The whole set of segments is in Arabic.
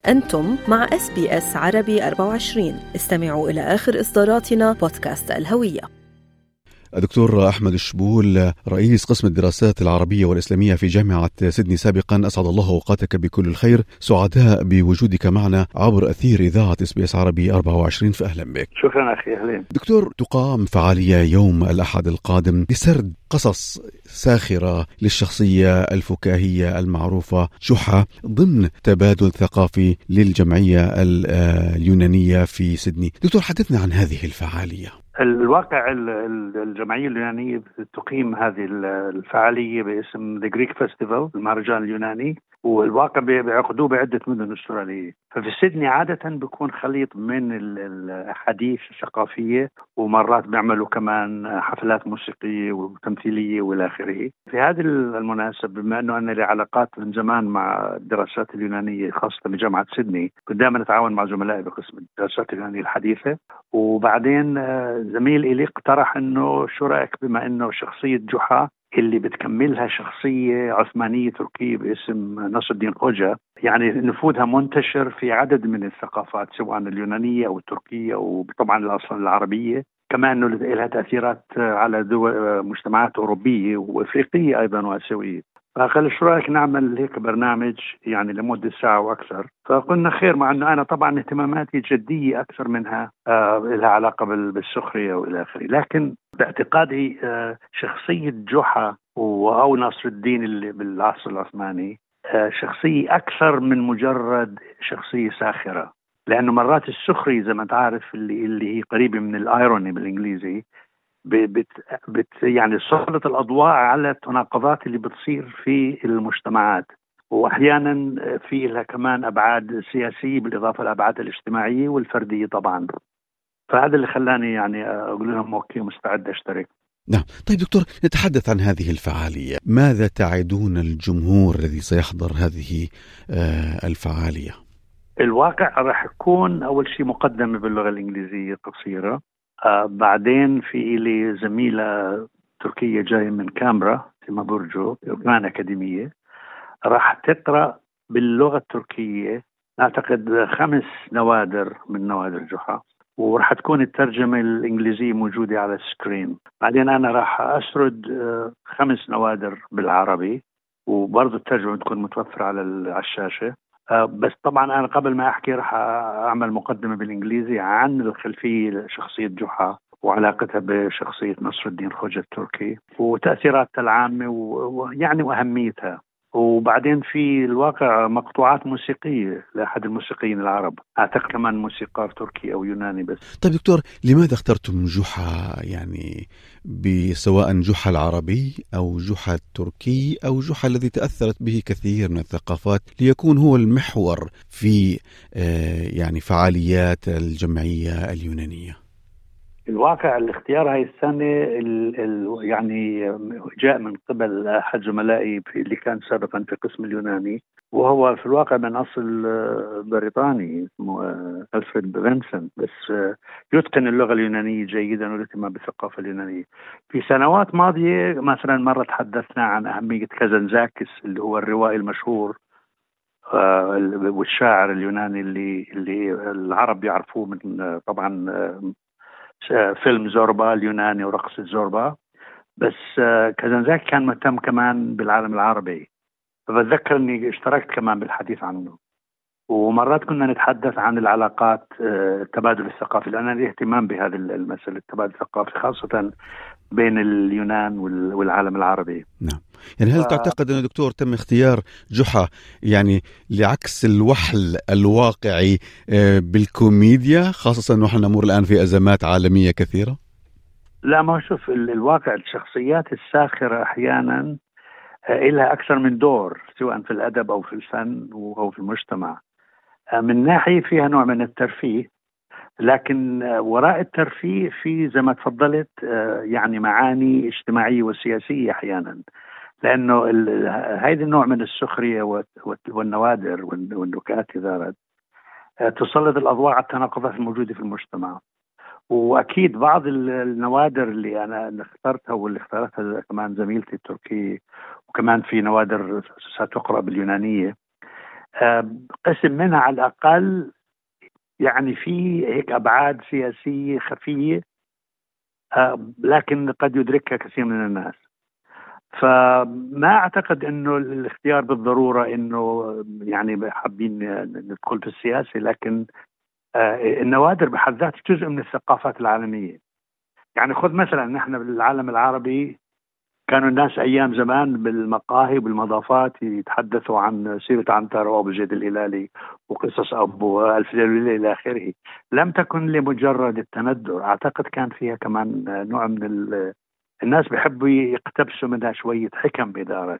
أنتم مع SBS عربي 24. استمعوا إلى آخر إصداراتنا بودكاست الهوية. الدكتور أحمد الشبول، رئيس قسم الدراسات العربية والإسلامية في جامعة سيدني سابقا، أسعد الله أوقاتك بكل الخير. سعداء بوجودك معنا عبر أثير إذاعة SBS عربي 24، فأهلا بك. شكرا أخي، أهلين. دكتور، تقام فعالية يوم الأحد القادم لسرد قصص ساخرة للشخصية الفكاهية المعروفة جحا ضمن تبادل ثقافي للجمعية اليونانية في سيدني. دكتور، حدثنا عن هذه الفعالية. الواقع الجمعية اليونانية تقيم هذه الفعالية باسم The Greek Festival، المهرجان اليوناني، والواقع بيعقدوه بعدة مدن أسترالية. ففي سيدني عادة بيكون خليط من الأحاديث الثقافية، ومرات بيعملوا كمان حفلات موسيقية وتمثيلية والى آخره. في هذه المناسبة، بما أنه أنا لي علاقات من زمان مع الدراسات اليونانية خاصة بجامعة سيدني، كنت دائما أتعاون مع زملائي بقسم الدراسات اليونانية الحديثة. وبعدين زميل إلي اقترح أنه شو رأيك بما أنه شخصية جحا اللي بتكملها شخصية عثمانية تركية باسم نصر الدين خوجة، يعني نفوذها منتشر في عدد من الثقافات سواء اليونانية أو التركية وطبعا الأصل العربية، كما أنه لها تأثيرات على دول مجتمعات أوروبية وإفريقية أيضا وآسيوية. فقال شو رأيك نعمل هيك برنامج يعني لمدة ساعة وأكثر؟ فقلنا خير، مع أنه أنا طبعا اهتماماتي جدية أكثر منها لها علاقة بالسخرية وإلى آخره. لكن باعتقادي شخصية جحا أو نصر الدين اللي بالعصر العثماني شخصية أكثر من مجرد شخصية ساخرة، لأنه مرات السخرية زي ما تعرف اللي هي قريبة من الآيروني بالإنجليزي يعني سلط الأضواء على التناقضات اللي بتصير في المجتمعات، وأحيانا في لها كمان أبعاد سياسية بالإضافة للأبعاد الاجتماعية والفردية طبعا. فهذا اللي خلاني يعني أقول لهم أوكي مستعد أشترك. نعم. طيب دكتور، نتحدث عن هذه الفعالية. ماذا تعدون الجمهور الذي سيحضر هذه الفعالية؟ الواقع راح يكون أول شيء مقدمة باللغة الإنجليزية قصيرة، بعدين في لي زميلة تركية جاية من كامبرا في مابورجو، كمان أكاديمية، راح تقرأ باللغة التركية أعتقد 5 نوادر من نوادر جحا، وراح تكون الترجمة الإنجليزية موجودة على السكرين. بعدين أنا راح أسرد 5 نوادر بالعربي، وبرضو الترجمة تكون متوفرة على الشاشة. بس طبعا أنا قبل ما أحكي راح أعمل مقدمة بالإنجليزي عن الخلفية شخصية جحا وعلاقتها بشخصية نصر الدين خوجة التركي وتأثيراتها العامة ويعني وأهميتها. وبعدين في الواقع مقطوعات موسيقية لأحد الموسيقيين العرب، أعتقد كمان موسيقار تركي أو يوناني. بس طيب دكتور، لماذا اخترتم جحا؟ يعني سواء جحا العربي أو جحا التركي أو جحا الذي تأثرت به كثير من الثقافات ليكون هو المحور في يعني فعاليات الجمعية اليونانية؟ الواقع الاختيار هاي السنة يعني جاء من قبل أحد زملائي اللي كان سابقا في قسم اليوناني، وهو في الواقع من أصل بريطاني اسمه ألفريد بنسون، بس يتقن اللغة اليونانية جيدا والاهتمام بالثقافة اليونانية. في سنوات ماضية مثلا مرة تحدثنا عن أهمية كازانزاكس اللي هو الروائي المشهور والشاعر اليوناني اللي العرب يعرفوه من طبعا فيلم زوربا اليوناني ورقصة زوربا. بس كازانزاكي كان مهتم كمان بالعالم العربي، فبتذكر اني اشتركت كمان بالحديث عنه. ومرات كنا نتحدث عن العلاقات التبادل الثقافي، لأن لي اهتمام بهذه المسألة التبادل الثقافي خاصة بين اليونان والعالم العربي. نعم. يعني هل تعتقد أن دكتور تم اختيار جحا يعني لعكس الوحل الواقعي بالكوميديا، خاصة ونحن نمر الآن في أزمات عالمية كثيرة؟ لا، ما شوف الواقع الشخصيات الساخرة أحيانا إلها أكثر من دور سواء في الأدب أو في الفن أو في المجتمع. من ناحية فيها نوع من الترفيه، لكن وراء الترفيه في زي ما تفضلت يعني معاني اجتماعية وسياسية أحيانا، لأنه هذا النوع من السخرية والنوادر والنكات إذا تسلط الأضواء على التناقضات الموجودة في المجتمع. وأكيد بعض النوادر اللي أنا اخترتها واللي اختارتها كمان زميلتي التركية، وكمان في نوادر ستقرأ باليونانية، قسم منها على الأقل يعني في هيك أبعاد سياسية خفية، لكن قد يدركها كثير من الناس. فما أعتقد أنه الاختيار بالضرورة أنه يعني حابين ندخل في السياسة، لكن النوادر بحد ذاتها جزء من الثقافات العالمية. يعني خذ مثلا نحن بالعالم العربي كانوا الناس أيام زمان بالمقاهي وبالمضافات يتحدثوا عن سيرة عنتر وأبو زيد الهلالي وقصص أبو ألف ليلة وليلة إلى آخره. لم تكن لمجرد التندر، أعتقد كان فيها كمان نوع من الناس بيحبوا يقتبسوا منها شوية حكم بإدارة.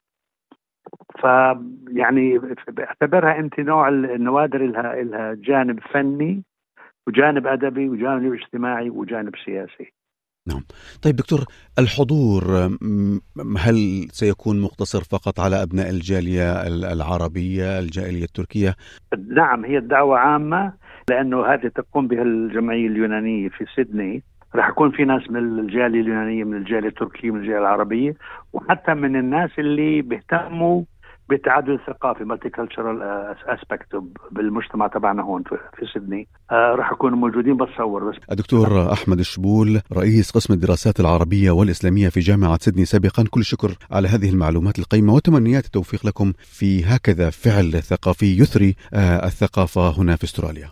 فيعني باعتبرها أنت نوع النوادر لها جانب فني وجانب أدبي وجانب اجتماعي وجانب سياسي. نعم. طيب دكتور، الحضور هل سيكون مقتصر فقط على أبناء الجالية العربية، الجالية التركية؟ نعم، هي الدعوة عامة، لأنه هذه تقوم بها الجمعية اليونانية في سيدنey. رح يكون في ناس من الجالية اليونانية، من الجالية التركية، من الجالية العربية، وحتى من الناس اللي بيهتموا بالتعدد الثقافي multicultural aspect بالمجتمع تبعنا هون في سيدنey. رح يكونوا موجودين. بتصور بس. الدكتور أحمد الشبول، رئيس قسم الدراسات العربية والإسلامية في جامعة سيدني سابقا، كل شكر على هذه المعلومات القيمة، وتمنيات التوفيق لكم في هكذا فعل ثقافي يثري الثقافة هنا في أستراليا.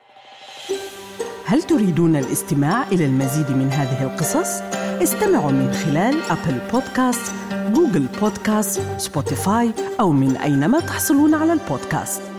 هل تريدون الاستماع إلى المزيد من هذه القصص؟ استمعوا من خلال أبل بودكاست، جوجل بودكاست، سبوتيفاي، أو من أينما تحصلون على البودكاست.